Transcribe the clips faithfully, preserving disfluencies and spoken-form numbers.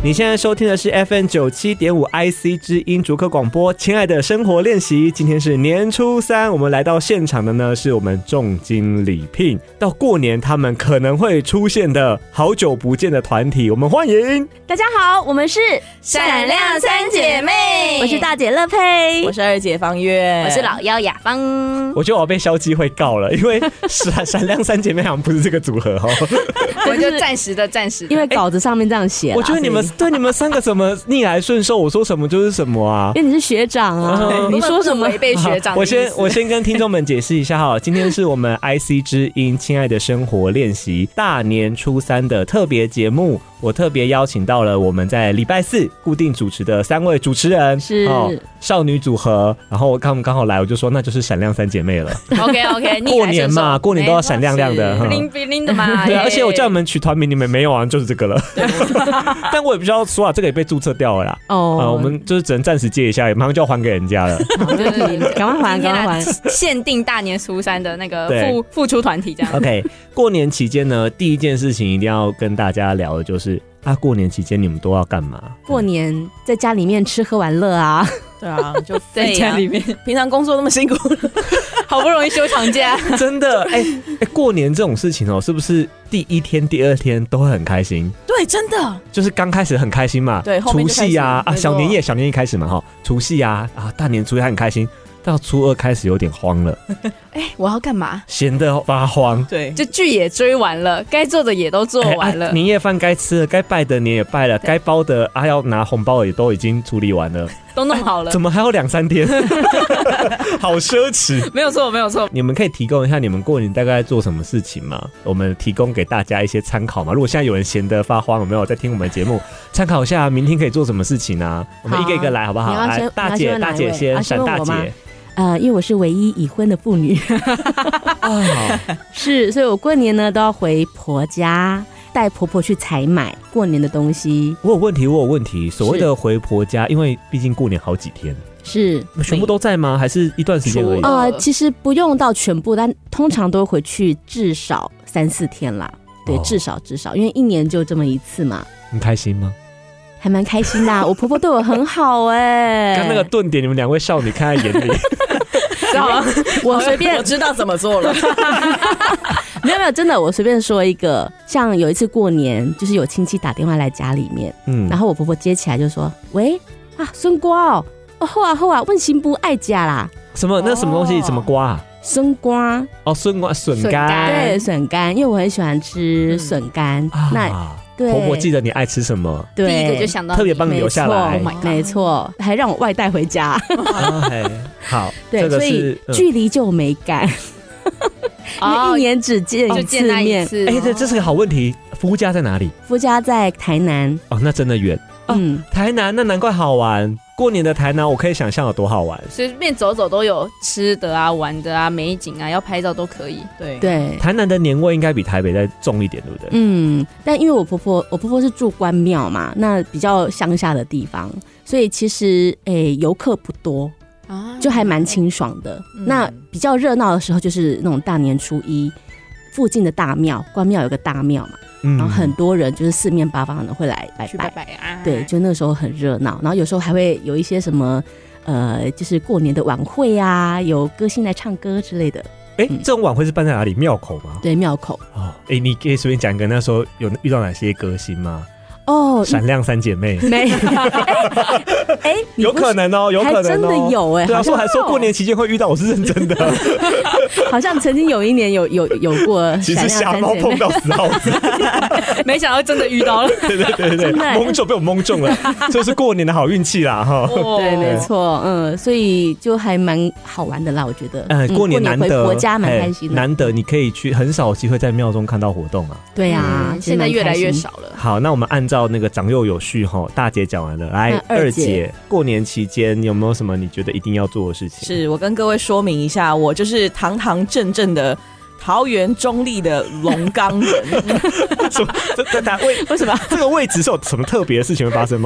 你现在收听的是 F M 九七点五 I C 之音竹科广播，亲爱的生活练习，今天是年初三，我们来到现场的呢是我们重金礼聘，到过年他们可能会出现的好久不见的团体，我们欢迎。 大家好，我们是闪亮三姐妹， 我是大姐乐佩， 我是二姐方月， 我是老幺雅芳。 我觉得我被消基会告了，因为闪闪亮三姐妹好像不是这个组合哦。 我就暂时的暂时的， 因为稿子上面这样写、欸。 我觉得你们对你们三个怎么逆来顺受，我说什么就是什么啊。 因为你是学长啊， 嗯、 你说什么违背学长的意思。 我先我先跟听众们解释一下哈，今天是我们 I C 之音亲爱的生活练习大年初三的特别节目。我特别邀请到了我们在礼拜四固定主持的三位主持人， 是、 哦、少女组合，然后他们刚好来，我就说那就是闪亮三姐妹了。 OK OK， 过年嘛，过年都要闪亮亮的， 不灵不灵的嘛。 对，而且我叫你们取团名，你们没有啊，就是这个了。但我也必须要说啊，这个也被注册掉了啦。哦、呃，我们就是只能暂时借一下，马上就要还给人家了。 赶快还，赶快还！ 限定大年初三的那个复复出团体这样。 OK， 过年期间呢，第一件事情一定要跟大家聊的就是。啊，过年期间你们都要干嘛？ 过年在家里面吃喝玩乐啊。 对啊，就在家里面，平常工作那么辛苦，好不容易休长假， 真的哎哎，过年这种事情哦，是不是第一天、第二天都会很开心？ 对，真的， 就是刚开始很开心嘛， 对， 除夕啊啊，小年夜，小年夜开始嘛哈，除夕啊啊，大年初一还很开心。到初二开始有点慌了， 哎、欸，我要干嘛？ 闲得发慌。 对，就剧也追完了，该做的也都做完了，欸啊、 年夜饭该吃的、该拜的年也拜了，该包的啊要拿红包也都已经处理完了， 都弄好了。 怎么还有两三天？好奢侈。 没有错，没有错。 你们可以提供一下你们过年大概做什么事情吗？我们提供给大家一些参考嘛。如果现在有人闲得发慌，有没有在听我们的节目？参考一下，明天可以做什么事情啊？我们一个一个来，好不好？来，大姐，大姐先，闪大姐。 呃，因为我是唯一已婚的妇女，哦、是，所以我过年呢都要回婆家，带婆婆去采买过年的东西。 我有问题，我有问题。所谓的回婆家，因为毕竟过年好几天， 是全部都在吗？还是一段时间而已？ 呃，其实不用到全部，但通常都回去至少三四天啦。对，哦、至少至少，因为一年就这么一次嘛。 你开心吗？ 还蛮开心的、啊，我婆婆对我很好哎、欸。 刚那个顿点，你们两位少女看在眼里。 我随便， 我知道怎么做了。 没有没有，真的，我随便说一个，像有一次过年，就是有亲戚打电话来家里面，嗯，然后我婆婆接起来就说：“喂啊，孙瓜哦，哦好啊好啊，问心不爱家啦。” 什么？那什么东西？什么瓜啊？ 笋瓜哦，笋瓜笋干， 对，笋干，因为我很喜欢吃笋干。嗯、那对婆婆记得你爱吃什么， 对， 第一个就想到特别帮你留下来， 没错，还让我外带回家。 okay, 好， 对，这个、所以距离就有美感。因为一年只见一次面， 哎、哦，这这是个好问题。夫家在哪里？ 夫家在台南。 哦，那真的远。嗯、哦，台南那难怪好玩。过年的台南，我可以想象有多好玩。 随便走走都有吃的啊、玩的啊、美景啊，要拍照都可以。对对， 台南的年味应该比台北再重一点，对不对？ 嗯，但因为我婆婆，我婆婆是住关庙嘛，那比较乡下的地方，所以其实诶游客不多。就还蛮清爽的、嗯、那比较热闹的时候就是那种大年初一附近的大庙，关庙有个大庙嘛、嗯、然后很多人就是四面八方的会来拜拜， 拜拜啊， 对，就那个时候很热闹，然后有时候还会有一些什么呃，就是过年的晚会啊，有歌星来唱歌之类的。 哎、欸，这种晚会是办在哪里？庙口吗？ 对，庙口。 哦，哎、欸，你可以随便讲一个那时候有遇到哪些歌星吗？ 哦， 闪亮三姐妹没，哎， 有可能哦，有可能哦， 真的有哎， 对啊，说还说过年期间会遇到，我是认真的。 好像曾经有一年有有有过， 其实瞎猫碰到死耗子， 没想到真的遇到了， 对对对对，蒙中被我蒙中了，这是过年的好运气啦哈。 对，没错，嗯，所以就还蛮好玩的啦，我觉得。 嗯，过年难得回婆家蛮开心的， 难得你可以去，很少有机会在庙中看到活动啊。 对啊， 现在越来越少了。 好，那我们按照那个长幼有序哈，大姐讲完了，来二姐，过年期间有没有什么你觉得一定要做的事情？ 是我跟各位说明一下，我就是堂堂正正的桃园中立的龙岗人。 什么？这这为为什么这个位置是有什么特别的事情会发生吗？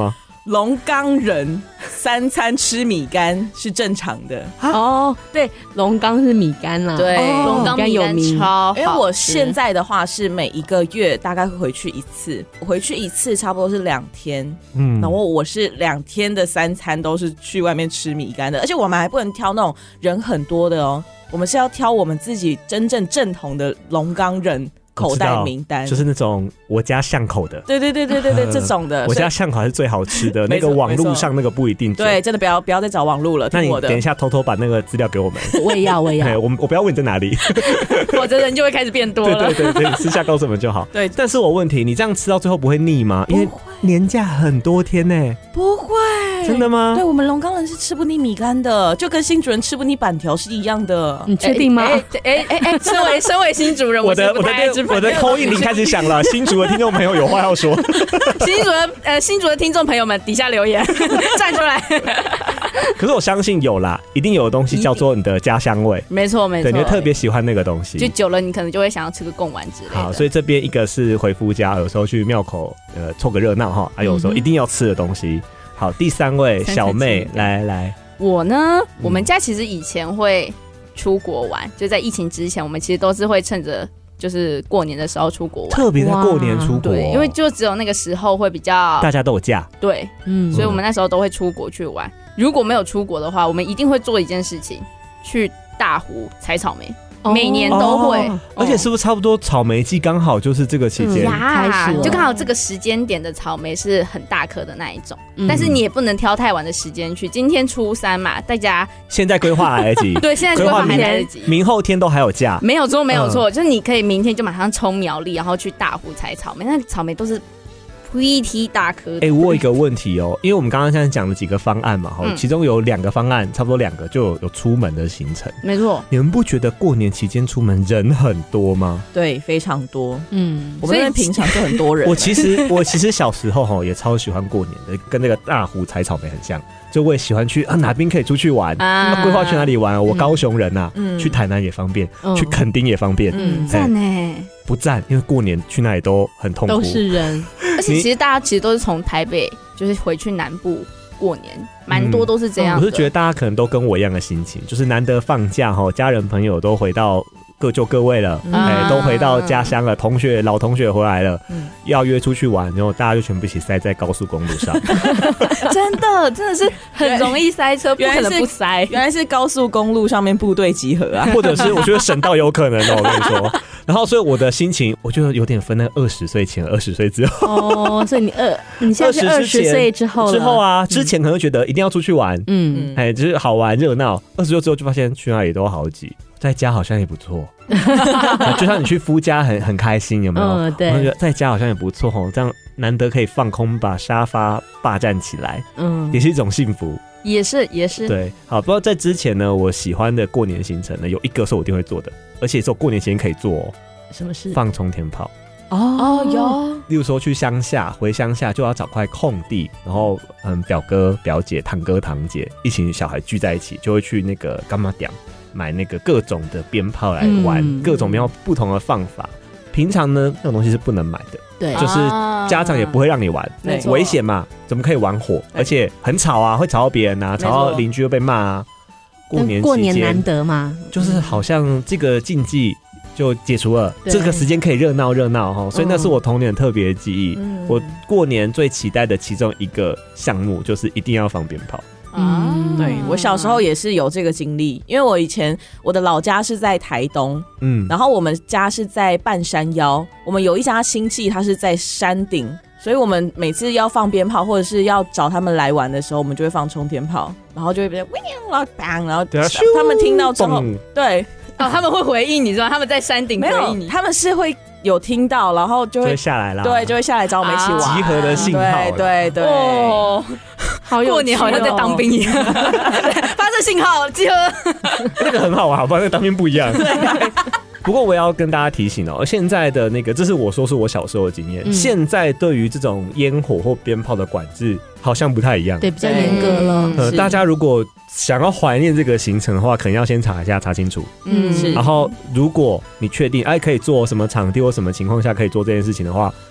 龙岗人三餐吃米干是正常的哦。对，龙岗是米干啦， 对，龙岗米干超好吃。 因为我现在的话是每一个月大概会回去一次，回去一次差不多是两天，嗯，然后我是两天的三餐都是去外面吃米干的，而且我们还不能挑那种人很多的哦，我们是要挑我们自己真正正统的龙岗人口袋名单， 就是那种我家巷口的， 对对对对对对，这种的。 我家巷口还是最好吃的，那个网路上那个不一定。 对，真的不要不要再找网路了。 那你等一下偷偷把那个资料给我们。 我也要，我也要。 我我不要问你在哪里， 否则人就会开始变多了。 对对对对，私下告诉我们就好。 对， 但是我问题，你这样吃到最后不会腻吗？因为年假很多天呢。 不会， 真的吗？ 对，我们龙岗人是吃不腻米干的，就跟新主人吃不腻板条是一样的。 你确定吗？ 哎哎哎哎，身为身为新主人， 我的我的我的call in铃开始响了，新竹的听众朋友有话要说。 新竹的呃新竹的听众朋友们，底下留言站出来。 可是我相信有啦，一定有的东西叫做你的家乡味。 没错没错， 对，你会特别喜欢那个东西， 就久了你可能就会想要吃个贡丸之类的。 好，所以这边一个是回夫家，有时候去庙口呃凑个热闹哈，还有时候一定要吃的东西。好，第三位小妹，来来来， 我呢，我们家其实以前会出国玩，就在疫情之前，我们其实都是会趁着就是过年的时候出国玩， 特别在过年出国， 对，因为就只有那个时候会比较大家都有假， 对，嗯，所以我们那时候都会出国去玩。如果没有出国的话，我们一定会做一件事情，去大湖采草莓。每年都会、哦， 而且是不是差不多草莓季刚好就是这个期间、嗯、 呀？就刚好这个时间点的草莓是很大颗的那一种、嗯，但是你也不能挑太晚的时间去。今天初三嘛，大家现在规划来得及， 对，现在规划还来得及， 明后天都还有假， 没有错，没有错、嗯，就是你可以明天就马上冲苗栗，然后去大湖采草莓，那草莓都是。pretty 大颗。 哎、欸，我有一个问题哦，因为我们刚刚现在讲了几个方案嘛，嗯、其中有两个方案，差不多两个就有有出门的行程。 没错， 你们不觉得过年期间出门人很多吗？ 对，非常多。嗯，我们那边平常就很多人。 我其实我其实小时候哈也超喜欢过年的，跟那个大湖采草莓很像。就我也喜欢去啊，哪边可以出去玩？那规划去哪里玩？我高雄人啊，嗯、去台南也方便，嗯、去垦丁也方便。 嗯，赞呢？ 不赞，因为过年去那里都很痛苦， 都是人。 而且其实大家其实都是从台北就是回去南部过年，蛮多都是这样的、嗯。 我是觉得大家可能都跟我一样的心情，就是难得放假哈，家人朋友都回到。各就各位了，哎、嗯欸，都回到家乡了，同学老同学回来了、嗯，要约出去玩，然后大家就全部一起塞在高速公路上， 真的真的是很容易塞车，不可能不塞。 原来是高速公路上面部队集合啊， 或者是我觉得省道有可能哦，我跟你说。然后所以我的心情，我就有点分在二十岁前、二十岁之后。 哦，所以你二，你现在是二十岁之后之後啊，之前可能觉得一定要出去玩，嗯，哎，就是好玩热闹。二十岁之后就发现去哪里都好挤。在家好像也不错，就像你去夫家很很开心，有没有？嗯，对。我觉得在家好像也不错哦，这样难得可以放空，把沙发霸占起来，嗯，也是一种幸福。 也是也是。 对，好，不知道在之前呢，我喜欢的过年行程呢，有一个是我一定会做的，而且只有过年前可以做哦。 什么事？ 放冲天炮。 哦，有。 例如说去乡下，回乡下就要找块空地，然后嗯，表哥、表姐、堂哥、堂姐一群小孩聚在一起，就会去那个干妈店。买那个各种的鞭炮来玩，嗯、各种鞭炮不同的放法。平常呢，那种东西是不能买的， 对， 就是家长也不会让你玩，啊、危险嘛，怎么可以玩火？而且很吵啊，会吵到别人啊，吵到邻居又被骂啊。过年过年难得嘛， 就是好像这个禁忌就解除了，这个时间可以热闹热闹哈，所以那是我童年特别的记忆。嗯、我过年最期待的其中一个项目就是一定要放鞭炮。 嗯，对，我小时候也是有这个经历，因为我以前我的老家是在台东，嗯，然后我们家是在半山腰，我们有一家亲戚他是在山顶，所以我们每次要放鞭炮或者是要找他们来玩的时候，我们就会放冲天炮，然后就会变成 bang， 然后他们听到之后，对， 哦，他们会回应你知道，他们在山顶回应你， 他们是会。有听到，然后就会, 就会下来啦， 对，就会下来找我们一起玩， 集合的信号， 对对对，哦， 好有、喔，过年好像在当兵一样，发射信号集合， 那个很好玩，好吧，那个当兵不一样。不过我也要跟大家提醒哦，现在的那个，这是我说是我小时候的经验、嗯，现在对于这种烟火或鞭炮的管制好像不太一样， 对，比较严格了。 呃，大家如果想要怀念这个行程的话，可能要先查一下，查清楚。嗯，是。然后，如果你确定哎可以做什么场地或什么情况下可以做这件事情的话，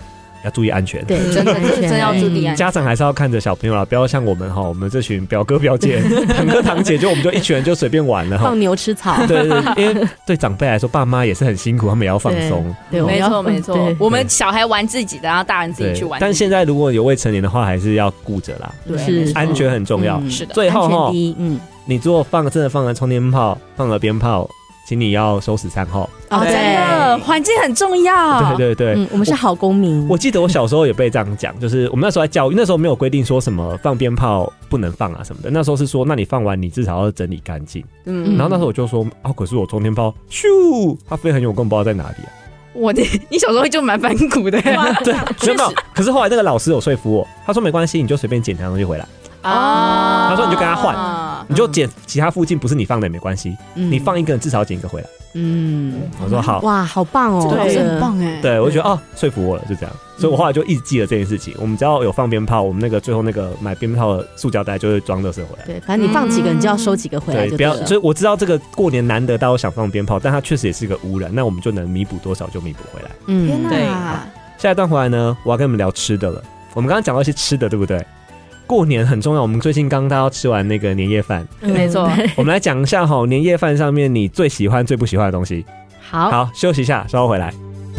要注意安全。 对， 真的真要注意安全。 家长还是要看着小朋友啦，不要像我们哈，我们这群表哥表姐、堂哥堂姐，就我们就一群人就随便玩了哈。 放牛吃草。 对对对，因为对长辈来说，爸妈也是很辛苦，他们也要放松。 对， 没错没错。我们小孩玩自己的，然后大人自己去玩。 但现在如果有未成年的话，还是要顾着啦。 对， 安全很重要。 是的， 最后哈， 嗯， 你如果放真的放了充电炮，放了鞭炮，请你要收拾善后。 哦，真的，环境很重要。 对对对， 嗯，我们是好公民。 我记得我小时候也被这样讲，就是我们那时候在教育，那时候没有规定说什么放鞭炮不能放啊什么的。那时候是说，那你放完你至少要整理干净。嗯，然后那时候我就说，啊，可是我充电炮咻，它飞很远，我根本不知道在哪里啊。 我的，你小时候就蛮反骨的。 对，没有。可是后来那个老师有说服我，他说没关系，你就随便捡条东西回来。啊，他说你就跟他换，你就捡其他附近不是你放的也没关系，你放一个人至少捡一个回来。嗯，我说好， 哇，好棒哦， 这个老师很棒哎。 对，我觉得哦，说服我了，就这样。所以我后来就一直记得这件事情。我们只要有放鞭炮，我们那个最后那个买鞭炮的塑胶袋就会装垃圾回来。 对，反正你放几个，你就要收几个回来就对了。 不要，所以我知道这个过年难得大家想放鞭炮，但它确实也是个污染，那我们就能弥补多少就弥补回来。 嗯，天哪！ 对， 下一段回来呢，我要跟你们聊吃的了。我们刚刚讲到一些吃的，对不对？过年很重要，我们最近刚大家吃完那个年夜饭， 没错。 我们来讲一下哈，年夜饭上面你最喜欢、最不喜欢的东西。 好， 好，休息一下，稍后回来。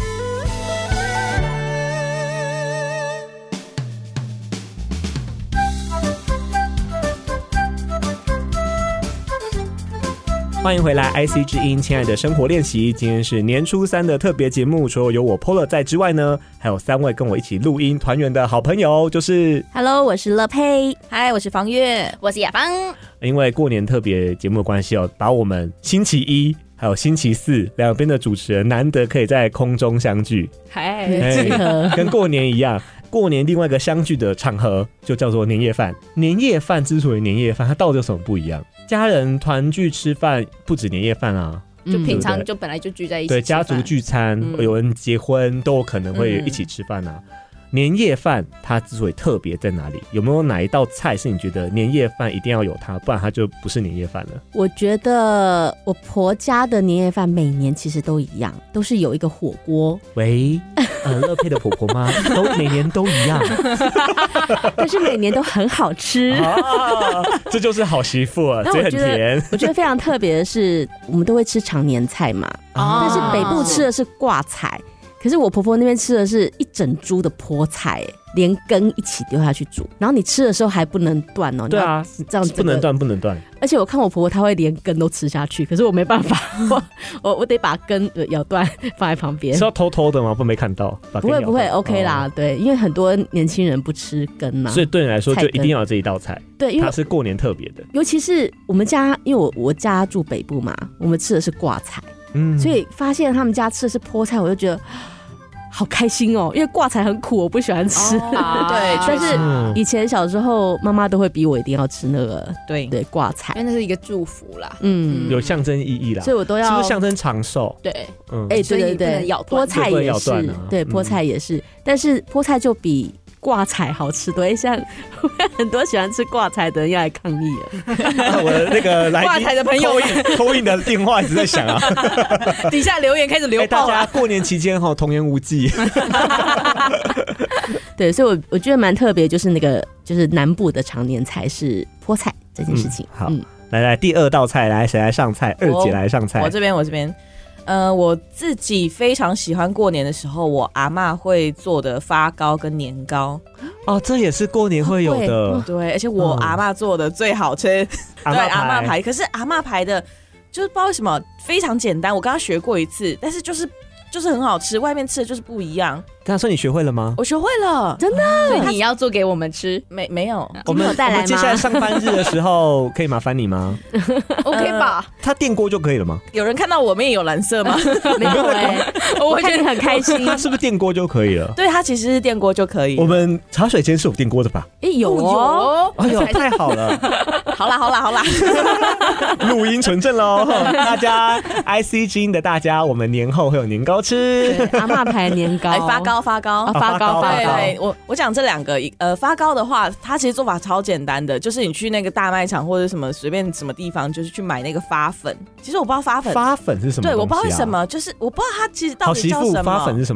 欢迎回来 I C 之音，亲爱的生活练习。今天是年初三的特别节目，除了有我 Paula 在之外呢，还有三位跟我一起录音团圆的好朋友，就是 Hello， 我是乐佩， 嗨，我是方月， 我是雅芳。 因为过年特别节目的关系哦，把我们星期一还有星期四两边的主持人难得可以在空中相聚， 嗨， 跟过年一样。过年另外一个相聚的场合就叫做年夜饭。年夜饭之所以年夜饭，它到底有什么不一样？家人团聚吃饭不止年夜饭啊， 就平常就本来就聚在一起， 对，家族聚餐，嗯、有人结婚都有可能会一起吃饭啊。嗯、年夜饭它之所以特别在哪里？有没有哪一道菜是你觉得年夜饭一定要有它，不然它就不是年夜饭了？ 我觉得我婆家的年夜饭每年其实都一样，都是有一个火锅。 喂，呃，乐佩的婆婆吗？都每年都一样， 但是每年都很好吃。 啊、这就是好媳妇啊，嘴很甜。 我觉得非常特别的是，我们都会吃常年菜嘛，啊、但是北部吃的是挂菜。可是我婆婆那边吃的是一整株的菠菜，连根一起丢下去煮，然后你吃的时候还不能断哦。 对啊， 这样不能断，不能断。 而且我看我婆婆她会连根都吃下去，可是我没办法，我我我得把根咬断放在旁边。 是要偷偷的吗？不没看到？ 不会不会 ，OK 啦，哦、对，因为很多年轻人不吃根嘛， 所以对你来说就一定要有这一道菜。 对，因为它是过年特别的， 尤其是我们家，因为我我家住北部嘛，我们吃的是挂菜，嗯，所以发现他们家吃的是菠菜，我就觉得。好开心哦，因为挂菜很苦，我不喜欢吃。 哦、对， 但是以前小时候妈妈都会逼我一定要吃那个， 对对挂菜， 因为那是一个祝福啦， 嗯，有象征意义啦， 所以我都要， 是不是象征长寿？ 对， 嗯，哎、欸，对对对，菠菜也是，啊、对，菠菜也是，嗯、但是菠菜就比挂菜好吃多，像很多喜欢吃挂菜的人要来抗议了。 啊、我的那个来挂菜的朋友扣印的电话一直在响啊， 底下留言开始流爆了。 大家过年期间哈童言无忌。 对，所以我我觉得蛮特别，就是那个就是南部的常年菜是菠菜这件事情。 嗯、好，嗯、来来第二道菜，来谁来上菜？二姐来上菜。 我这边，我这边。呃，我自己非常喜欢过年的时候，我阿嬷会做的发糕跟年糕。 哦，这也是过年会有的。 对，而且我阿嬷做的最好吃。嗯、对，阿嬷牌。可是阿嬷牌的，就是不知道为什么非常简单。我刚刚学过一次，但是就是就是很好吃，外面吃的就是不一样。 刚才说你学会了吗？ 我学会了， 真的。 所以你要做给我们吃？ 没没有？ 我们有带来吗？我们接下来上班日的时候，可以麻烦你吗 ？OK 吧？ 它电锅就可以了吗？ 有人看到我面有蓝色吗？ 没有哎、欸，我觉得很开心。 它是不是电锅就可以了？ 对，它其实是电锅就可以。 我们茶水间是有电锅的吧？ 哎、欸，有哦， 哎呦，太好了！ 好啦好啦好啦， 录音存证喽！大家 I C 基因的大家，我们年后会有年糕吃。 阿嬷牌年糕， 发糕发糕啊发。高对对，我我讲这两个，呃，发糕的话，它其实做法超简单的，就是你去那个大卖场或者什么随便什么地方，就是去买那个发粉。其实我不知道发粉， 发粉是什么、啊？ 对，我不知道为什么，就是我不知道它其实到底叫什么。 发粉是什么？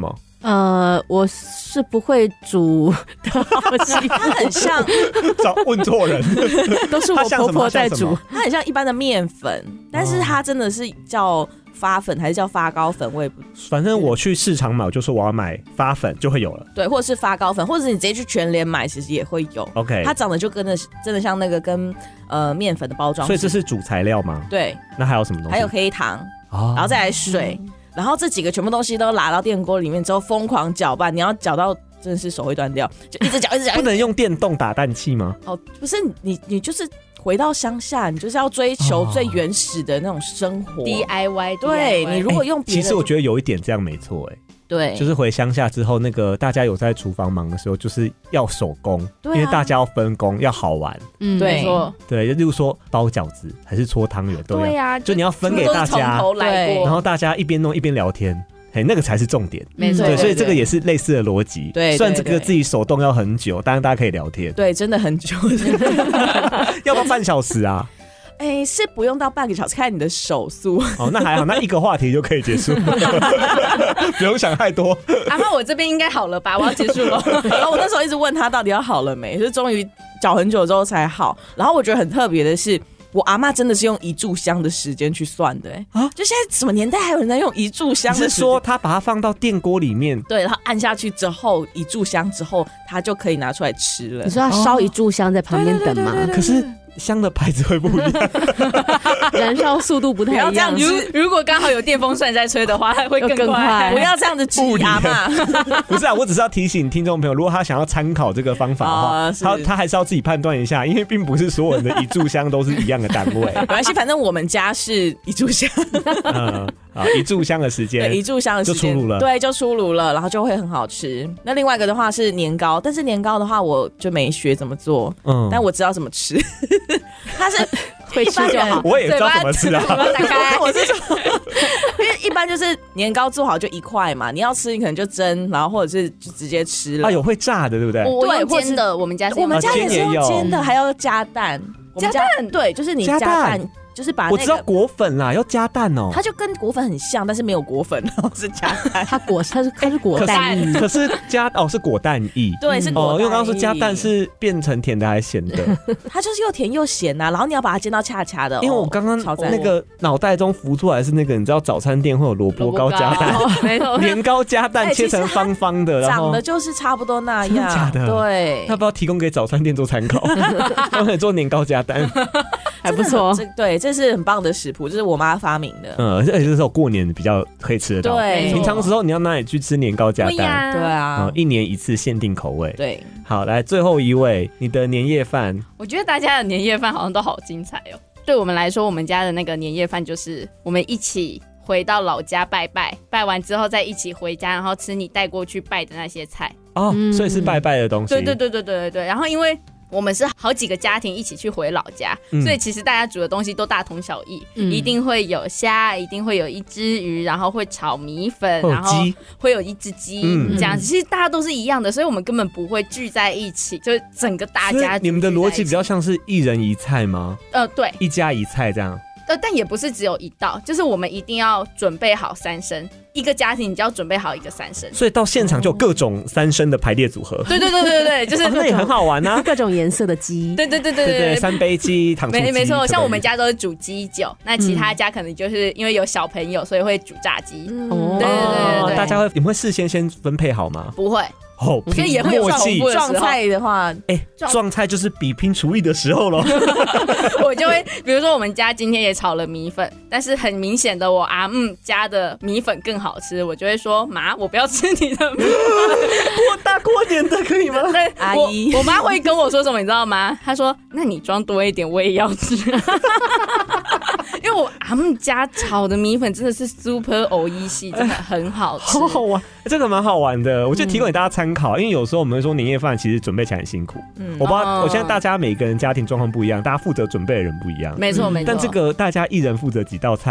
呃，我是不会煮的好奇， 它很像， 找问错人， 都是我婆婆在煮。 它很像一般的面粉，但是它真的是叫发粉还是叫发糕粉，我也不。 反正我去市场买，我就说我要买发粉就会有了。 对，或者是发糕粉，或者是你直接去全联买，其实也会有。 OK， 它长得就跟的真的像那个跟呃面粉的包装。 所以这是主材料吗？ 对。 那还有什么东西？ 还有黑糖，哦、然后再来水。嗯，然后这几个全部东西都拿到电锅里面之后疯狂搅拌，你要搅到真的是手会断掉，就一直搅一直搅。 不能用电动打蛋器吗？ 哦，不是，你你就是回到乡下，你就是要追求最原始的那种生活。 D I Y， 对，你如果用别的、 欸，其实我觉得有一点这样没错，哎。 对， 就是回乡下之后，那个大家有在厨房忙的时候，就是要手工， 对啊、 因为大家要分工，要好玩。 嗯， 对， 没错， 对，就例如说包饺子还是搓汤圆都要， 对呀、啊， 就你要分给大家， 从头来过， 然后大家一边弄一边聊天，嘿，那个才是重点。 没错， 对，所以这个也是类似的逻辑。 对， 虽然这个自己手动要很久，但是大家可以聊天。 对，真的很久， 要不要半小时啊？ 哎、欸，是不用到半个小时，看你的手速。 哦，那还好，那一个话题就可以结束，不用想太多。 阿妈，我这边应该好了吧？我要结束了。 然后我那时候一直问他到底要好了没，就终于搅很久之后才好。然后我觉得很特别的是，我阿嬷真的是用一炷香的时间去算的、欸，哎、啊，就现在什么年代还有人在用一炷香的时间？ 你是说他把它放到电锅里面， 对，然后按下去之后，一炷香之后，他就可以拿出来吃了。 你说要烧一炷香在旁边等吗？ 可是香的牌子会不一样， 燃烧速度不太一样。 不要这样子，如果刚好有电风扇在吹的话，会更快。 不要这样子质疑阿嬷。 不是啊，我只是要提醒听众朋友，如果他想要参考这个方法的话，哦、他他还是要自己判断一下，因为并不是所有人的一炷香都是一样的单位。 没关系，反正我们家是一炷香。 嗯，好，一炷香的时间， 对，一炷香的时间就出炉了， 对，就出炉了，然后就会很好吃。那另外一个的话是年糕，但是年糕的话我就没学怎么做，嗯，但我知道怎么吃。它是会吃就好， 我也知道怎么吃啊。 我是说，因为一般就是年糕做好就一块嘛，你要吃你可能就蒸，然后或者是就直接吃了。 啊，有会炸的，对不对？ 我用煎的，我们家是我们家也是用煎的，还要加蛋。 加蛋， 对，就是你加蛋。就是把、那个、 我知道果粉啦，要加蛋哦、喔。 它就跟果粉很像，但是没有果粉哦，是加蛋。 它果它是它是果蛋液， 可是加哦是果蛋液， 对，是果蛋液。哦， 因为刚刚说加蛋是变成甜的还是咸的？ 它就是又甜又咸呐、啊，然后你要把它煎到恰恰的、哦。 因为我刚刚那个脑袋中浮出来是那个，你知道早餐店会有萝卜糕加蛋， 没错， 年糕加蛋切成方方的，然后长得就是差不多那样。 真的假的？ 对， 要不要提供给早餐店做参考？他们做年糕加蛋。 还不错， 对，这是很棒的食谱，这是我妈发明的。 嗯，而且这时候过年比较可以吃得到。 对， 平常时候你要哪里去吃年糕加蛋？ 对啊， 嗯，一年一次限定口味。 对， 好，来最后一位，你的年夜饭。 我觉得大家的年夜饭好像都好精彩哦。对我们来说，我们家的那个年夜饭就是我们一起回到老家拜拜，拜完之后再一起回家，然后吃你带过去拜的那些菜。 哦，嗯、所以是拜拜的东西。 对对对对对对对。然后因为我们是好几个家庭一起去回老家、嗯、所以其实大家煮的东西都大同小异、嗯、一定会有虾，一定会有一只鱼，然后会炒米粉，然后会有一只鸡、嗯、这样子，其实大家都是一样的，所以我们根本不会聚在一起，就整个大家。 你们的逻辑比较像是一人一菜吗？ 呃，对， 一家一菜这样。 呃，但也不是只有一道，就是我们一定要准备好三牲，一个家庭你就要准备好一个三牲， 所以到现场就有各种三牲的排列组合。 对对对对对，就是、 哦、那也很好玩啊， 各种颜色的鸡。 对对对对 对, 对, 对三杯鸡、糖醋鸡。 没没错，像我们家都是煮鸡酒，那其他家可能就是因为有小朋友，所以会煮炸鸡。哦、嗯，对对 对, 对, 对， 大家会你们会事先先分配好吗？ 不会。 哦， 所以也会有撞菜的话， 哎、欸，撞菜就是比拼厨艺的时候咯。 我就会，比如说我们家今天也炒了米粉，但是很明显的我阿姆家的米粉更好吃，我就会说妈，我不要吃你的米粉。 过大过年的可以吗？ 对， 阿姨， 我, 我妈会跟我说什么，你知道吗？她说：“那你装多一点，我也要吃。”因为我阿姆家炒的米粉真的是 super 欧一系，真的很好吃， 好好玩，这个蛮好玩的，我就提供给大家参考。嗯、因为有时候我们会说年夜饭其实准备起来很辛苦，嗯，我不知道，哦、我现在大家每个人家庭状况不一样，大家负责准备的人不一样， 没错没错。 但这个大家一人负责几道菜，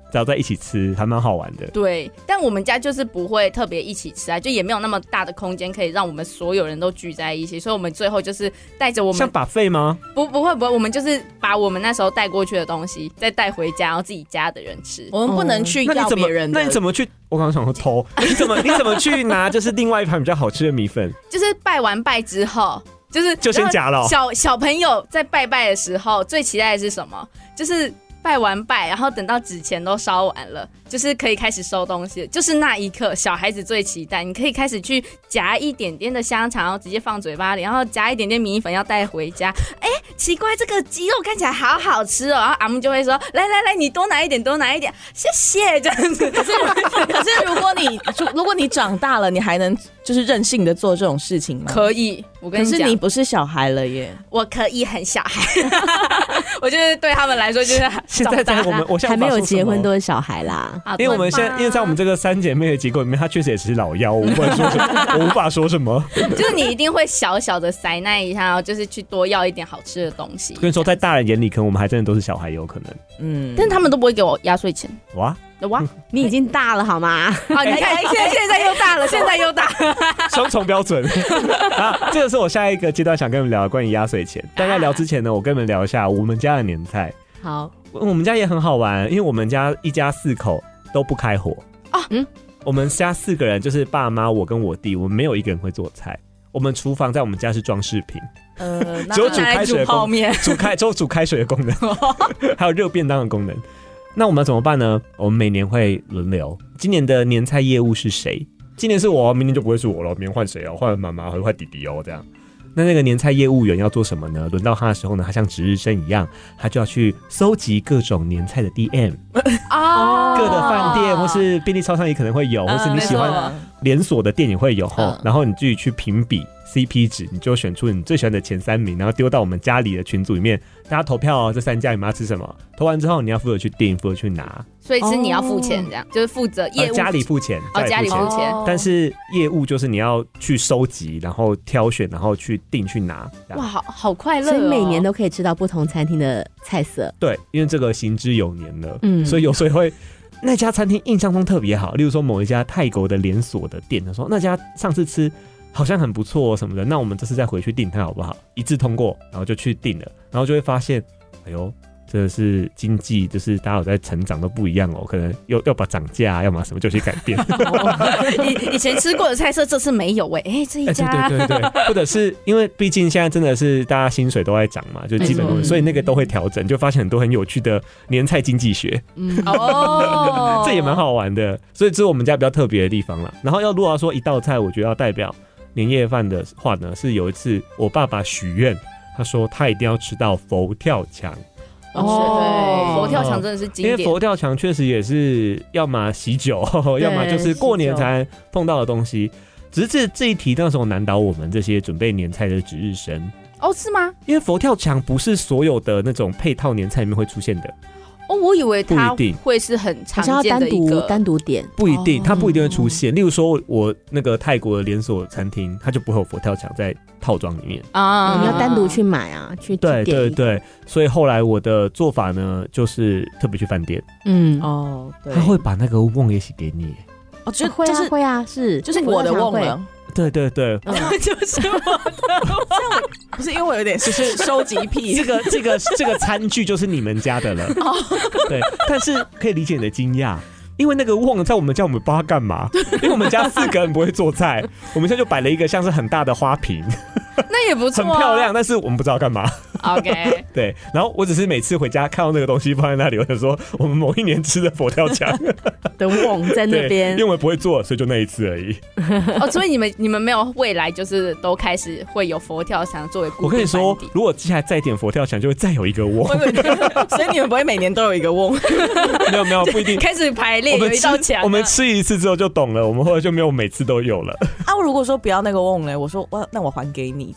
然后在一起吃，还蛮好玩的。 对，但我们家就是不会特别一起吃啊，就也没有那么大的空间可以让我们所有人都聚在一起，所以我们最后就是带着我们像buffet吗？ 不，不会不会，我们就是把我们那时候带过去的东西再带回家，然后自己家的人吃。 我们不能去要别人的。 那你怎么去？我刚刚想说偷，你怎么你怎么去拿？就是另外一盘比较好吃的米粉， 就是拜完拜之后。就是就先夹了、哦。 小小朋友在拜拜的时候，最期待的是什么？就是拜完拜，然后等到纸钱都烧完了，就是可以开始收东西。就是那一刻，小孩子最期待，你可以开始去夹一点点的香肠，然后直接放嘴巴里，然后夹一点点米粉要带回家。哎，奇怪，这个鸡肉看起来好好吃哦。然后阿姆就会说：“来来来，你多拿一点，多拿一点，谢谢。”这样子。可是可是如果你如果你长大了，你还能就是任性的做这种事情吗？ 可以。我跟你讲， 可是你不是小孩了耶。 我可以很小孩。我觉得对他们来说就是现在在我们我还没有结婚都是小孩啦。 因为我们现在因为在我们这个三姐妹的结构里面，她确实也是老幺，我无法说什么，我无法说什么。 就是你一定会小小的塞那一下，然后就是去多要一点好吃的东西。 跟你说，在大人眼里，可能我们还真的都是小孩，有可能。 嗯，但是他们都不会给我压岁钱。 哇哇， 你已经大了好吗？ 好，你看现在现在又大了，现在又大， 双重标准。啊，这个是我下一个阶段想跟你们聊的关于压岁钱。但在聊之前呢，我跟你们聊一下我们家的年菜。 好， 我们家也很好玩，因为我们家一家四口都不开火啊。嗯， 我们家四个人就是爸妈、我跟我弟，我们没有一个人会做菜。我们厨房在我们家是装饰品， 呃， 只有煮开水的功能， 煮开只有煮开水的功能，还有热便当的功能。那我们要怎么办呢？我们每年会轮流。今年的年菜业务是谁？今年是我，明年就不会是我了。明年换谁哦？换妈妈，换弟弟哦，这样。那那个年菜业务员要做什么呢？轮到他的时候呢，他像值日生一样，他就要去搜集各种年菜的 D M， 哦， 各的饭店或是便利超商也可能会有，或是你喜欢连锁的店也会有，嗯、然后你自己去评比 C P 值，你就选出你最喜欢的前三名，然后丢到我们家里的群组里面，大家投票哦，这三家你们要吃什么？投完之后你要负责去订，负责去拿。 所以是你要付钱，这样、哦、就是负责业务、呃、 家里付钱， 哦，家里付钱， 但是业务就是你要去收集，然后挑选，然后去订去拿。 哇，好好快乐、哦！ 所以每年都可以吃到不同餐厅的菜色。 对，因为这个行之有年了，嗯，所以有时候会那家餐厅印象中特别好，例如说某一家泰国的连锁的店，他说那家上次吃好像很不错什么的，那我们这次再回去订它好不好？一致通过，然后就去订了，然后就会发现，哎呦。这是经济，就是大家有在成长都不一样哦，可能要要把涨价，要么什么就去改变。 以以前吃过的菜色，这次没有哎、欸，哎这一家， 欸、对对对对，或者是因为毕竟现在真的是大家薪水都在涨嘛，就基本上，所以那个都会调整，就发现很多很有趣的年菜经济学。嗯哦，这也蛮好玩的，所以这是我们家比较特别的地方啦。然后要如果要说一道菜，我觉得要代表年夜饭的话呢，是有一次我爸爸许愿，他说他一定要吃到佛跳墙。 哦，对，佛跳墙真的是经典， 因为佛跳墙确实也是要么喜酒，要么就是过年才碰到的东西。只是这这一题那时候难倒我们这些准备年菜的值日生。 哦，是吗？ 因为佛跳墙不是所有的那种配套年菜里面会出现的。 哦，我以为它会是很常见的一个， 单独点， 不一定，它不一定会出现。例如说，我那个泰国的连锁餐厅，它就不会有佛跳墙在套装里面啊，你要单独去买啊，去对对对。所以后来我的做法呢，就是特别去饭店， 嗯哦， 他会把那个瓮也洗给你。 哦，就会啊会啊，是就是我的瓮了。 对对对， 嗯、就是我的，不是因为我有点就是收集癖， 这个这个这个餐具就是你们家的了，哦、对，但是可以理解你的惊讶，因为那个瓮在我们家我们不知道干嘛，因为我们家四个人不会做菜，我们现在就摆了一个像是很大的花瓶， 那也不错、啊， 很漂亮，但是我们不知道干嘛。 OK， 对，然后我只是每次回家看到那个东西放在那里，我就说我们某一年吃的佛跳墙的瓮在那边， 因为我不会做，所以就那一次而已。 哦，所以你们你们没有未来就是都开始会有佛跳墙作为固定。 我跟你说，如果接下来再点佛跳墙，就会再有一个瓮。 所以你们不会每年都有一个瓮？ 没有没有，不一定。 开始排列有一道墙、啊， 我们吃一次之后就懂了，我们后来就没有每次都有了。 啊，我如果说不要那个瓮呢，我说哇，那我还给你这样。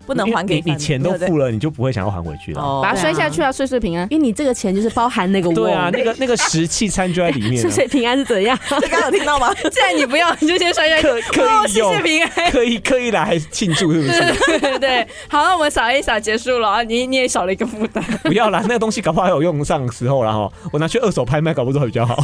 不能还给你你钱都付了，你就不会想要还回去了， 哦、把它摔下去啊，岁岁平安。 因为你这个钱就是包含那个对啊，那个那个食器餐就在里面。 岁岁平安是怎样？ 这刚刚有听到吗？ 既然你不要，你就先摔下去。 刻刻意用， 岁岁平安， 刻意刻意来庆祝，是不是？ 对对对。好，那我们扫一扫结束了，你你也少了一个负担。 不要啦，那个东西搞不好有用上的时候啦哈，我拿去二手拍卖，搞不好比较好。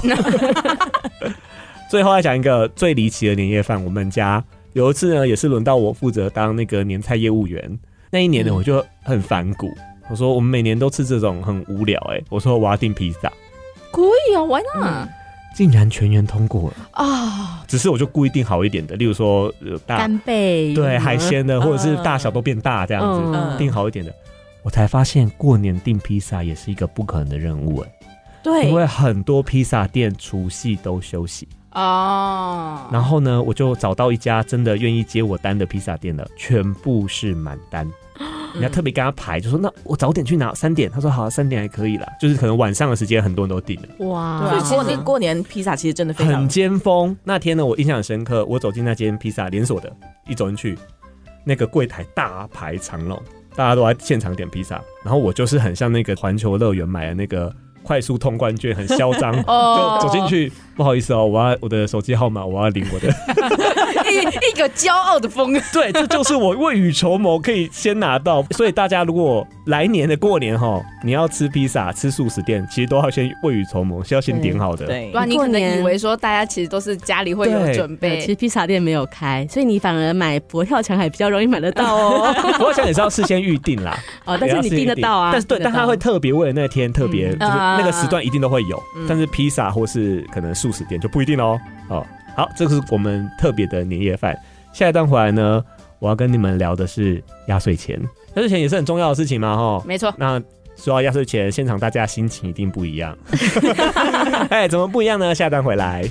最后要讲一个最离奇的年夜饭，我们家有一次呢，也是轮到我负责当那个年菜业务员。那一年呢，我就很反骨，我说我们每年都吃这种很无聊、欸，哎，我说我要订披萨， 可以啊 ，Why not？、 嗯、竟然全员通过了啊！哦、 只是我就故意订好一点的，例如说呃大干贝， 对海鲜的，或者是大小都变大这样子， 嗯、 订好一点的。我才发现过年订披萨也是一个不可能的任务、欸，哎， 对， 因为很多披萨店除夕都休息。 哦， 然后呢，我就找到一家真的愿意接我单的披萨店了，全部是满单。人家特别跟他排，就说那我早点去拿，三点。他说好，三点还可以啦，就是可能晚上的时间很多人都订了。 哇， 对、啊，过年过年披萨其实真的非常很尖峰。那天呢，我印象很深刻，我走进那间披萨连锁的，一走进去，那个柜台大排长龙，大家都在现场点披萨，然后我就是很像那个环球乐园买的那个快速通关券，很嚣张，就走进去，不好意思哦，我要我的手机号码，我要领我的。 一一个骄傲的风， 对，这就是我未雨绸缪可以先拿到。所以大家如果来年的过年哈，你要吃披萨、吃素食店，其实都要先未雨绸缪，是要先点好的。 对， 对啊，你可能以为说大家其实都是家里会有准备， 其实披萨店没有开，所以你反而买佛跳墙还比较容易买得到哦。 佛跳墙也是要事先预定啦， 哦，但是你订得到啊。 但是对，但他会特别为了那天特别，嗯、就是那个时段一定都会有，嗯、但是披萨或是可能素食店就不一定哦。哦，好，这个是我们特别的年夜饭。下一段回来呢，我要跟你们聊的是压岁钱。压岁钱也是很重要的事情嘛，哈。 没错。 那说到压岁钱，现场大家心情一定不一样。哎，怎么不一样呢？下一段回来。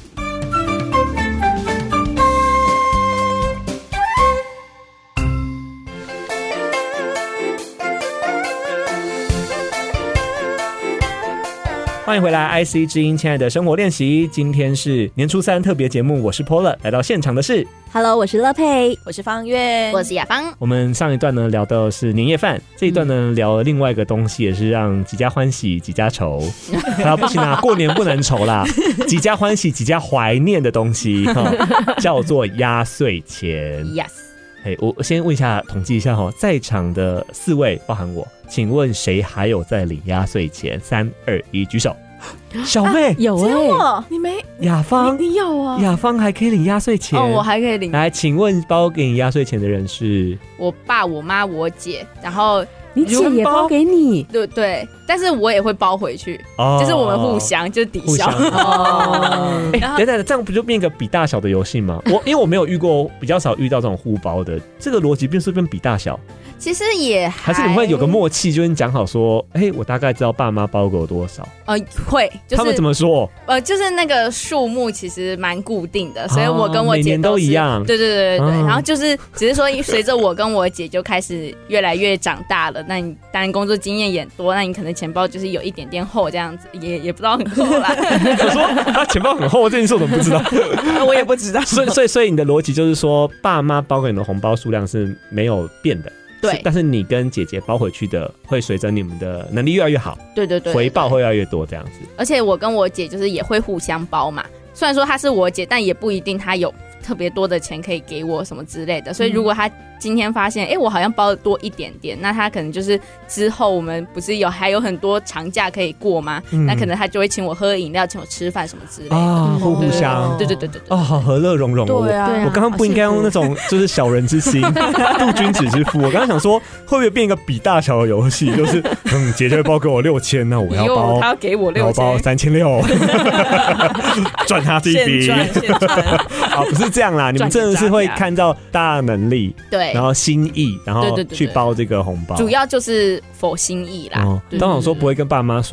欢迎回来 I C 之音，亲爱的生活练习。今天是年初三特别节目，我是 Paula， 来到现场的是 Hello， 我是乐佩， 我是方月， 我是雅芳。 我们上一段呢聊到的是年夜饭，这一段呢、嗯、聊了另外一个东西，也是让几家欢喜几家愁。啊，不行啊，过年不能愁啦，几家欢喜几家怀念的东西，叫做压岁钱。 Yes。 Hey, 我先问一下，统计一下哈，在场的四位，包含我，请问谁还有在领压岁钱？三二一，举手。小妹、啊、 有哎、 欸，你没？ 雅芳， 你有啊？ 雅芳还可以领压岁钱哦，我还可以领。 来，请问包给你压岁钱的人是？ 我爸、我妈、我姐，然后你姐也包给你， 对对，但是我也会包回去，哦、就是我们互相就是抵消。 哦，哎、欸，等等，这样不就变一个比大小的游戏吗？我因为我没有遇过，比较少遇到这种互包的，这个逻辑变是变比大小。 其实也 还, 还是你们会有个默契，就是你讲好说，哎、欸，我大概知道爸妈包给我多少。 呃，会，就是他们怎么说？ 呃，就是那个数目其实蛮固定的，所以我跟我姐 都,、哦、每年都一样。 对对对对对、嗯。然后就是只是说，随着我跟我姐就开始越来越长大了，那你当然工作经验也多，那你可能钱包就是有一点点厚这样子，也也不知道很厚啦。 我说他钱包很厚这件事我怎么不知道？ 我也不知道。 所以所以所以你的逻辑就是说，爸妈包给你的红包数量是没有变的。 对， 但是你跟姐姐包回去的会随着你们的能力越来越好， 对对 对, 对， 回报会越来越多这样子。 而且我跟我姐就是也会互相包嘛，虽然说她是我姐，但也不一定她有特别多的钱可以给我什么之类的。所以如果她今天发现，哎、欸，我好像包的多一点点，那她可能就是之后我们不是有还有很多长假可以过吗？嗯、那可能她就会请我喝饮料，请我吃饭什么之类的， 啊，互互相， 对对对对对， 哦，好和乐融融哦。 对啊， 我刚刚不应该用那种就是小人之心度君子之腹。我刚刚想说，会不会变一个比大小的游戏？就是嗯，姐姐包给我六千，那我要包， 她要给我六千， 我包三千六，赚他这一笔。啊，不是这样啦，你们真的是会看到大家能力， 对。 然后心意，然后去包这个红包， 主要就是否心意啦。 哦，当然说不会跟爸妈说，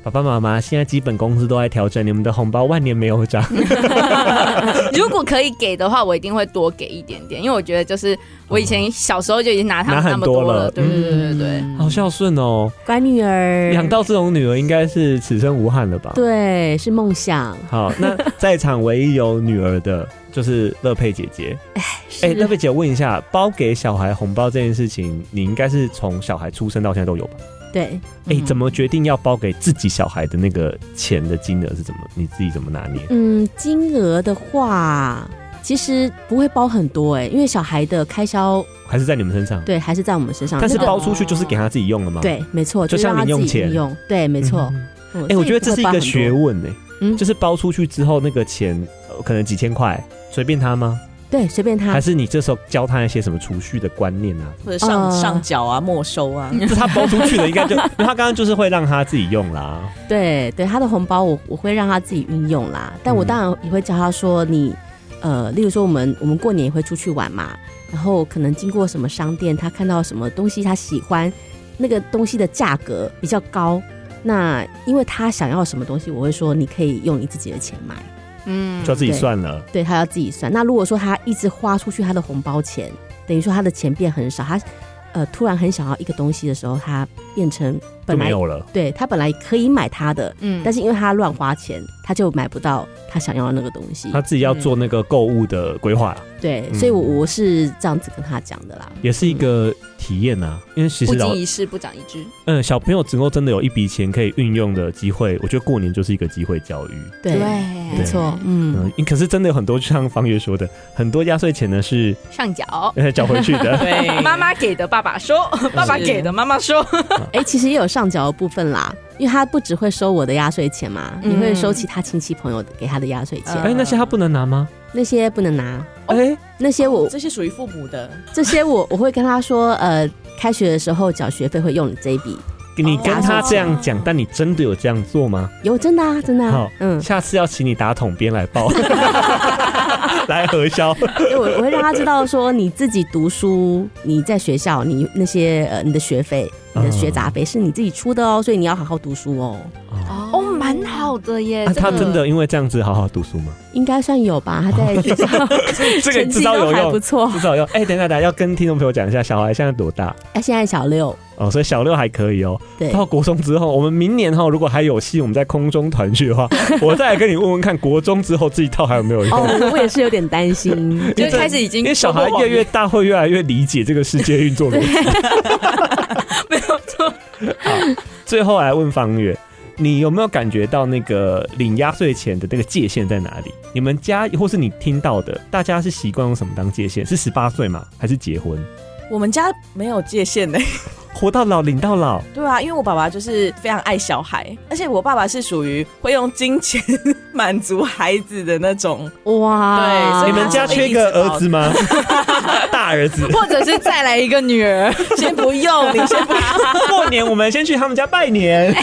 爸爸妈妈现在基本工资都在调整，你们的红包万年没有涨。 如果可以给的话，我一定会多给一点点，因为我觉得就是我以前小时候就已经拿他们那么多了，对对对对对， 嗯、好孝顺哦， 乖女儿， 养到这种女儿应该是此生无憾了吧？ 对，是梦想。 好，那在场唯一有女儿的就是乐佩姐姐。哎，哎，乐佩姐，问一下，包给小孩红包这件事情，你应该是从小孩出生到现在都有吧？ 对， 哎、欸，怎么决定要包给自己小孩的那个钱的金额是怎么？你自己怎么拿捏？ 嗯，金额的话，其实不会包很多哎、欸，因为小孩的开销还是在你们身上。 对，还是在我们身上。 但是包出去就是给他自己用了吗？ 对，没错， 就像零用钱用。对，没错。哎、 嗯欸，我觉得这是一个学问哎、欸，嗯，就是包出去之后那个钱、呃、可能几千块，随便他吗？ 对，随便他。 还是你这时候教他一些什么储蓄的观念啊， 或者上、呃、上缴啊、没收啊？ 是他包出去的，应该就因为他刚刚就是会让他自己用啦。 对对，他的红包我我会让他自己运用啦，但我当然也会教他说你，呃，例如说我们我们过年也会出去玩嘛，然后可能经过什么商店，他看到什么东西他喜欢，那个东西的价格比较高，那因为他想要什么东西，我会说你可以用你自己的钱买。 嗯，就要自己算了。 对，他要自己算。那如果说他一直花出去他的红包钱，等于说他的钱变很少，他呃突然很想要一个东西的时候，他变成本来就没有了。对， 他本来可以买他的，嗯，但是因为他乱花钱，他就买不到他想要的那个东西。 他自己要做那个购物的规划。 嗯、对，所以我我是这样子跟他讲的啦。 也是一个体验啊，因为其实不经一事不长一智。 嗯，小朋友只够真的有一笔钱可以运用的机会，我觉得过年就是一个机会教育。 对，没错，嗯, 嗯，可是真的有很多，就像方月说的，很多压岁钱呢是上缴， 缴回去的。 对，妈妈给的，爸爸收；爸爸给的，妈妈收。 哎、欸，其实也有上缴的部分啦，因为他不只会收我的压岁钱嘛，嗯、你会收其他亲戚朋友给他的压岁钱。 哎、呃欸，那些他不能拿吗？ 那些不能拿。 哎、欸， 那些我、 哦、这些属于父母的， 这些我我会跟他说，呃，开学的时候缴学费会用你这一笔。 你跟他这样讲、哦，但你真的有这样做吗？ 有，真的啊，真的啊。 好，嗯，下次要请你打统编来报，来核销。 我我会让他知道说，你自己读书，你在学校，你那些呃，你的学费、你的学杂费是你自己出的哦，所以你要好好读书哦。 哦，蛮好的耶。 那、啊、他真的因为这样子好好读书吗？ 应该算有吧，他在学校这个至少有用， 不错， 至少有用。哎、欸，等一下，等一下，要跟听众朋友讲一下，小孩现在多大？ 哎，现在小六。 哦，所以小六还可以哦。 对， 到国中之后，我们明年哈，如果还有戏，我们在空中团聚的话，我再来跟你问问看，国中之后这一套还有没有用？ 哦，我也是有点担心， 就开始已经因为小孩越来越大，会越来越理解这个世界运作逻辑。 没有错。 好，最后来问方月，你有没有感觉到那个领压岁钱的那个界限在哪里？你们家或是你听到的，大家是习惯用什么当界限？是十八岁吗？还是结婚？ 我们家没有界限呢、欸。 活到老领到老。 对啊，因为我爸爸就是非常爱小孩，而且我爸爸是属于会用金钱满足孩子的那种。 哇， 对，所以你们家缺一个儿子吗？大儿子， 或者是再来一个女儿？ 先不用，你先不用。 过年我们先去他们家拜年。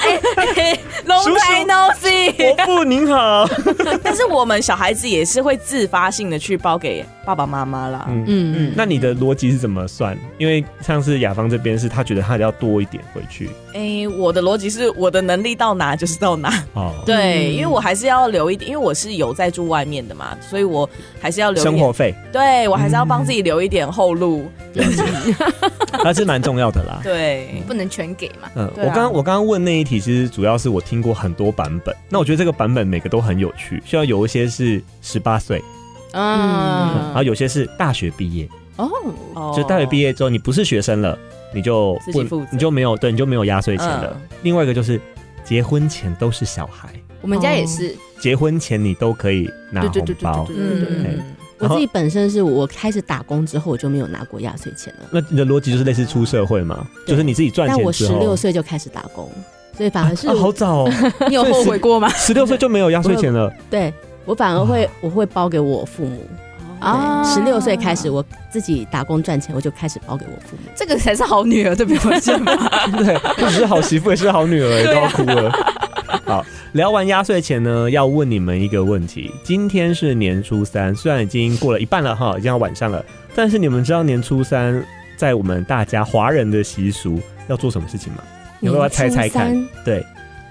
Long time no see， 伯父您好。 但是我们小孩子也是会自发性的去包给爸爸妈妈啦。 嗯嗯嗯。那你的逻辑是怎么算？因为像是雅芳这边是他觉得他要多一点回去。 哎、欸，我的逻辑是我的能力到哪就是到哪。哦，对，因为我还是要留一点，因为我是有在住外面的嘛，所以我还是要留一点生活费。 对，我还是要帮自己留一点后路。 那是蛮重要的啦。 对， 不能全给嘛。 嗯，我刚我刚刚问那一题，其实主要是我听过很多版本。那我觉得这个版本每个都很有趣，需要有一些是十八岁，嗯，然后有些是大学毕业。哦，就大学毕业之后，你不是学生了，你就自己负责， 你就没有对，你就没有压岁钱了。嗯、另外一个就是结婚前都是小孩， 我们家也是， 哦、结婚前你都可以拿红包。 嗯，我自己本身是我开始打工之后，我就没有拿过压岁钱了。 那你的逻辑就是类似出社会嘛，就是你自己赚钱之后。 但我十六岁就开始打工，所以反而是、 啊啊、好早、哦。 你有后悔过吗？ 十六岁就没有压岁钱了。 对，我反而会我会包给我父母。啊，十六岁开始，我自己打工赚钱，我就开始包给我父母。 这个才是好女儿，对不对？ 对，不只是好媳妇，也是好女儿，都要哭了。好，聊完压岁钱呢，要问你们一个问题：今天是年初三，虽然已经过了一半了哈，已经要晚上了，但是你们知道年初三在我们大家华人的习俗要做什么事情吗？你要不要猜猜看？对，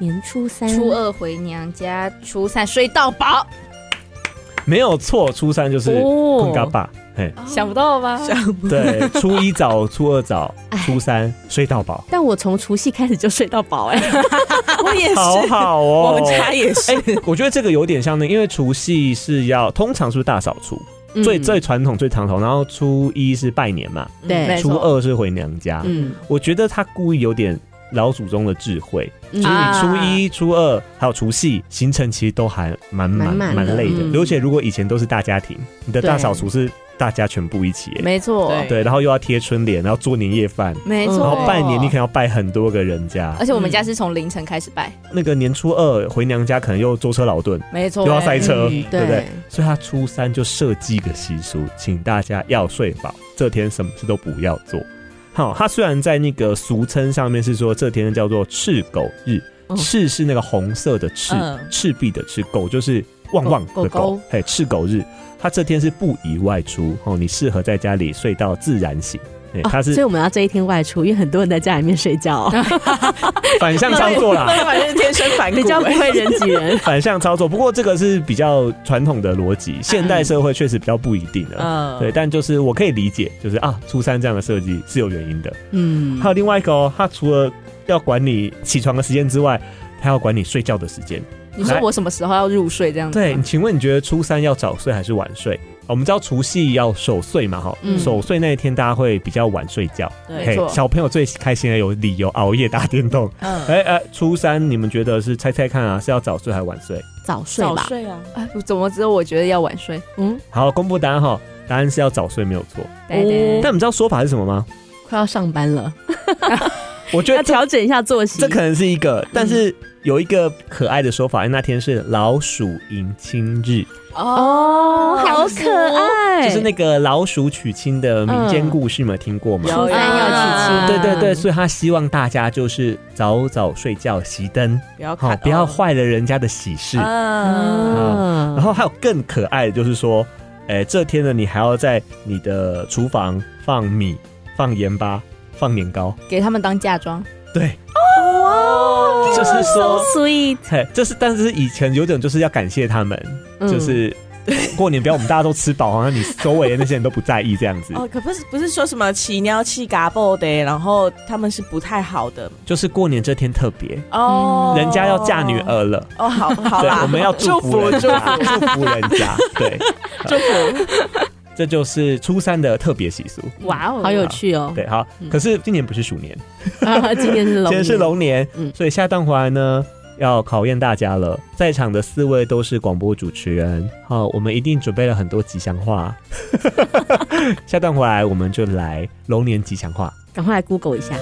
年初三， 初二回娘家，初三睡到饱。 没有错，初三就是困嘎巴。 想不到吧？ 对，初一早，初二早，初三睡到饱。 但我从除夕开始就睡到饱哎、欸， 我也是， 好好哦， 我们家也是。 欸、我觉得这个有点像那，因为除夕是要通常是不是大扫除，嗯、最最传统最传统，然后初一是拜年嘛， 对， 初二是回娘家。嗯，我觉得他故意有点老祖宗的智慧。就是你初一、初二还有除夕行程其实都还蛮蛮蛮累的，嗯、而且如果以前都是大家庭，你的大扫除是大家全部一起， 没错， 对, 对，然后又要贴春联，然后做年夜饭， 没错， 然后拜年你可能要拜很多个人家， 而且我们家是从凌晨开始拜， 嗯、那个年初二回娘家可能又舟车劳顿， 没错， 又要塞车，嗯、对不对？ 对， 所以他初三就设计个习俗，请大家要睡饱，这天什么事都不要做。好，他虽然在那个俗称上面是说这天叫做赤狗日。赤是那个红色的赤，嗯、赤壁的赤，狗就是旺旺的狗，嘿，赤狗日，它这天是不宜外出哦，你适合在家里睡到自然醒。它是、 哦，所以我们要这一天外出，因为很多人在家里面睡觉、哦， 反向操作啦， 反正是天生反骨， 比较不会人挤人， 反向操作。不过这个是比较传统的逻辑，现代社会确实比较不一定的，嗯，对，但就是我可以理解，就是啊，初三这样的设计是有原因的，嗯，还有另外一个哦，它除了要管你起床的时间之外，他要管你睡觉的时间。 你说我什么时候要入睡这样子？ 对，请问你觉得初三要早睡还是晚睡？我们知道除夕要守岁嘛，哈、嗯，守岁那一天大家会比较晚睡觉， 对， 小朋友最开心的有理由熬夜打电动。嗯，哎哎、欸，初三你们觉得是猜猜看啊，是要早睡还是晚睡？ 早睡吧， 早睡啊！ 哎，怎么只有我觉得要晚睡？ 嗯，好，公布答案哈，答案是要早睡，没有错。 对对对， 但你们知道说法是什么吗？ 快要上班了。 我觉得要调整一下作息， 这可能是一个，但是有一个可爱的说法，因为那天是老鼠迎亲日哦，好可爱， 就是那个老鼠娶亲的民间故事，有没有听过吗？ 初三要娶亲， 对对对，所以他希望大家就是早早睡觉，熄灯， 不要看， 不要坏了人家的喜事。然后还有更可爱的，就是说，哎，这天呢，你还要在你的厨房放米、放盐巴。放年糕给他们当嫁妆， 对， 哦， 就是说 so sweet， 嘿，就是但是以前有种就是要感谢他们，嗯、就是过年不要我们大家都吃饱，好像你周围的那些人都不在意这样子。 哦，可不是不是说什么起尿气嘎爆的，然后他们是不太好的， 就是过年这天特别哦，人家要嫁女儿了哦，好好啦， 我们要祝福人家，祝福祝福人家，对， 祝福。 这就是初三的特别习俗， 哇哦，好有趣哦。 对，好，可是今年不是鼠年， 啊、今年是龙年， 今年是龙年，嗯，所以下段回来呢，要考验大家了。在场的四位都是广播主持人，好，我们一定准备了很多吉祥话。下段回来，我们就来龙年吉祥话， 赶快来 Google 一下。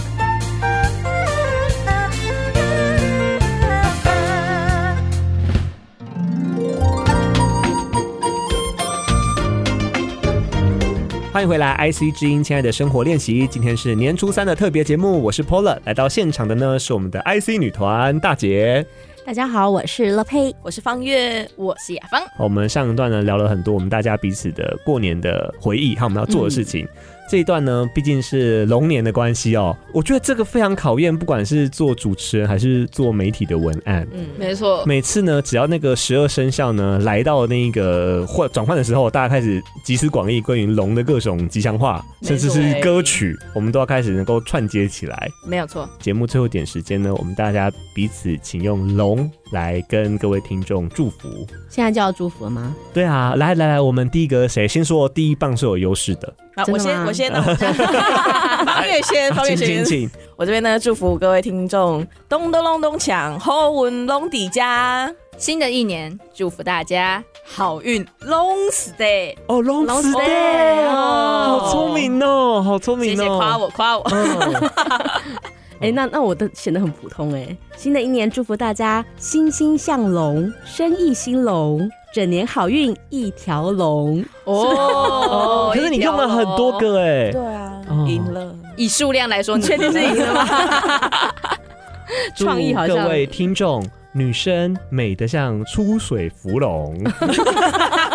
欢迎回来 I C 之音，亲爱的生活练习，今天是年初三的特别节目，我是 Paula， 来到现场的呢是我们的 I C 女团大姐。 大家好，我是乐佩， 我是方月， 我是雅芳。 我们上一段呢聊了很多我们大家彼此的过年的回忆，还有我们要做的事情。嗯，这一段呢，毕竟是龙年的关系哦，我觉得这个非常考验，不管是做主持人还是做媒体的文案。 嗯，没错。 每次呢，只要那个十二生肖呢来到那个换转换的时候，大家开始集思广益关于龙的各种吉祥话，甚至是歌曲，我们都要开始能够串接起来。 没有错。 节目最后一点时间呢，我们大家彼此请用龙来跟各位听众祝福。 现在就要祝福了吗？ 对啊，来来来，我们第一个谁先说？第一棒是有优势的。 啊，我先，我先，方月先，方月先，请。我这边呢，祝福各位听众，咚咚隆咚锵，好运龙底家。 新的一年，祝福大家好运龙 stay 哦，龙 stay 哦，好聪明哦，好聪明哦，谢谢夸我，夸我。 哎、欸，那那我的显得很普通哎、欸。新的一年，祝福大家欣欣向荣，生意兴隆，整年好运一条龙。 哦，可是你用了很多个哎、欸。 对啊，赢、哦、了。 以数量来说，你确定是赢了吗？ 创意好像。 各位听众，女生美得像出水芙蓉。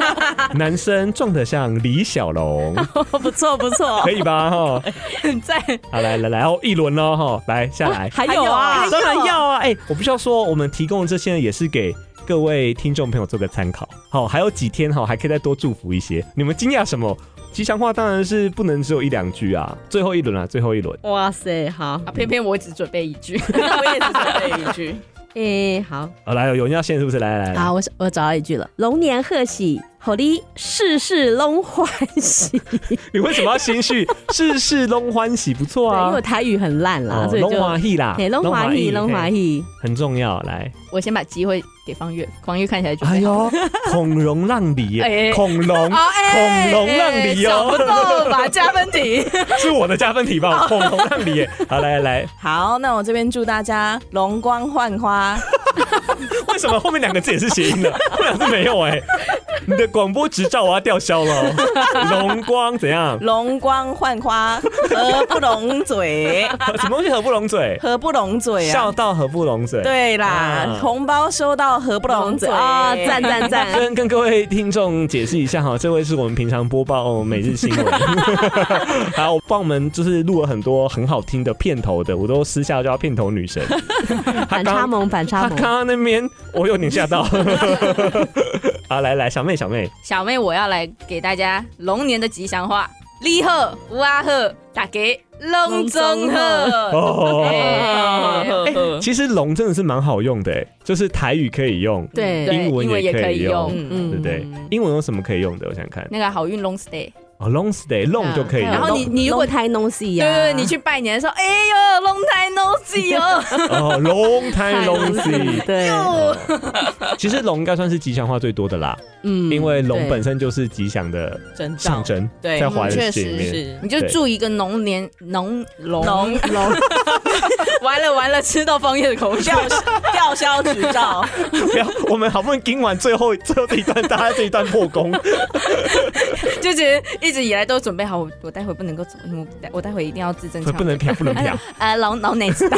男生壮得像李小龙， 不错不错， 可以吧？哈， 很赞。 好，来来来，哦，一轮喽，哈，来下来， 还有啊， 当然要啊，哎，我必须要说，我们提供的这些也是给各位听众朋友做个参考。好，还有几天哈，还可以再多祝福一些。你们惊讶什么？吉祥话当然是不能只有一两句啊，最后一轮啊，最后一轮。 哇塞，好， 啊，偏偏我只准备一句， 我也只准备一句。 诶，好， 好，来，有人要先是不是？来来来， 好，我我找到一句了，龙年贺喜，好哩，事事拢欢喜。 你为什么要心虚？事事拢欢喜，不错啊。 因为我台语很烂啦，所以就龙华喜啦， 龙华喜，龙华喜很重要。来， 我先把机会给方月，方月看起来就哎呦，孔融让梨，孔融，孔融让梨哦， 想不到吧？加分题是我的加分题吧？孔融让梨，好，来来来， 好，那我这边祝大家容光焕发。 为什么后面两个字也是谐音的？后两个字没有哎、欸。你的广播执照我要吊销了、哦。容光怎样？ 容光焕发，合不拢嘴。 什么东西合不拢嘴？ 合不拢嘴啊！ 笑到合不拢嘴。 对啦，啊、红包收到合不拢嘴啊！赞赞赞！ 跟跟各位听众解释一下哈，这位是我们平常播报每日新闻，好，我帮我们就是录了很多很好听的片头的，我都私下叫片头女神。 反差萌，反差萌。 他刚刚那边我有点吓到。好，来来，小妹，小妹， 小妹，我要来给大家龙年的吉祥话：你好，我好，大家龙中好。 哦，欸、其实龙真的是蛮好用的，哎，就是台语可以用， 对， 英文也可以用， 嗯嗯，对不对？英文有什么可以用的？我想看那个好运 long stay。 哦 ，long stay，long 就可以用。 然后你你如果太 no see 呀， 对对，你去拜年的时候，哎呦 long time no see 哦， 哦 long time no see， 对。 其实龙应该算是吉祥话最多的啦，嗯，因为龙本身就是吉祥的象征， 对， 在华人界里面， 是，你就祝一个龙年龙龙龙，完了完了，吃到方叶的口水， 吊销执照。 不要，我们好不容易听完最后最后这一段，大家这一段破功， 就觉得一直以来都准备好，我我待会不能够走，我我待会一定要字正腔圆， 不能飘，不能飘。 呃，老老哪知道？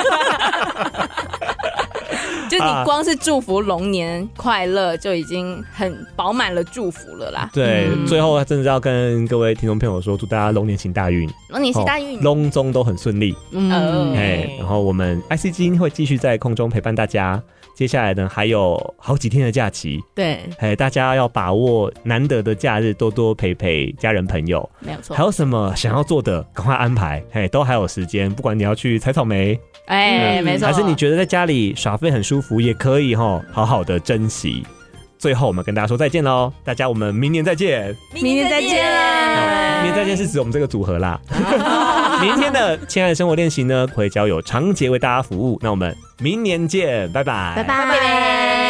就你光是祝福龙年快乐，就已经很饱满了祝福了啦。 对，嗯、最后真的要跟各位听众朋友说，祝大家龙年行大运， 龙年行大运， 龙中都很顺利。 嗯， 哎，然后我们 I C 基金会继续在空中陪伴大家。接下来呢，还有好几天的假期， 对， 哎，大家要把握难得的假日，多多陪陪家人朋友， 没有错。 还有什么想要做的，赶快安排，哎，都还有时间。不管你要去采草莓， 哎，嗯、没错， 还是你觉得在家里耍废很舒服，也可以哈，好好的珍惜。最后，我们跟大家说再见喽，大家我们明年再见， 明年再见啦， 明年再见是指我们这个组合啦。明天的亲爱的生活练习呢，会交由长杰为大家服务。那我们明年见，拜拜， 拜拜。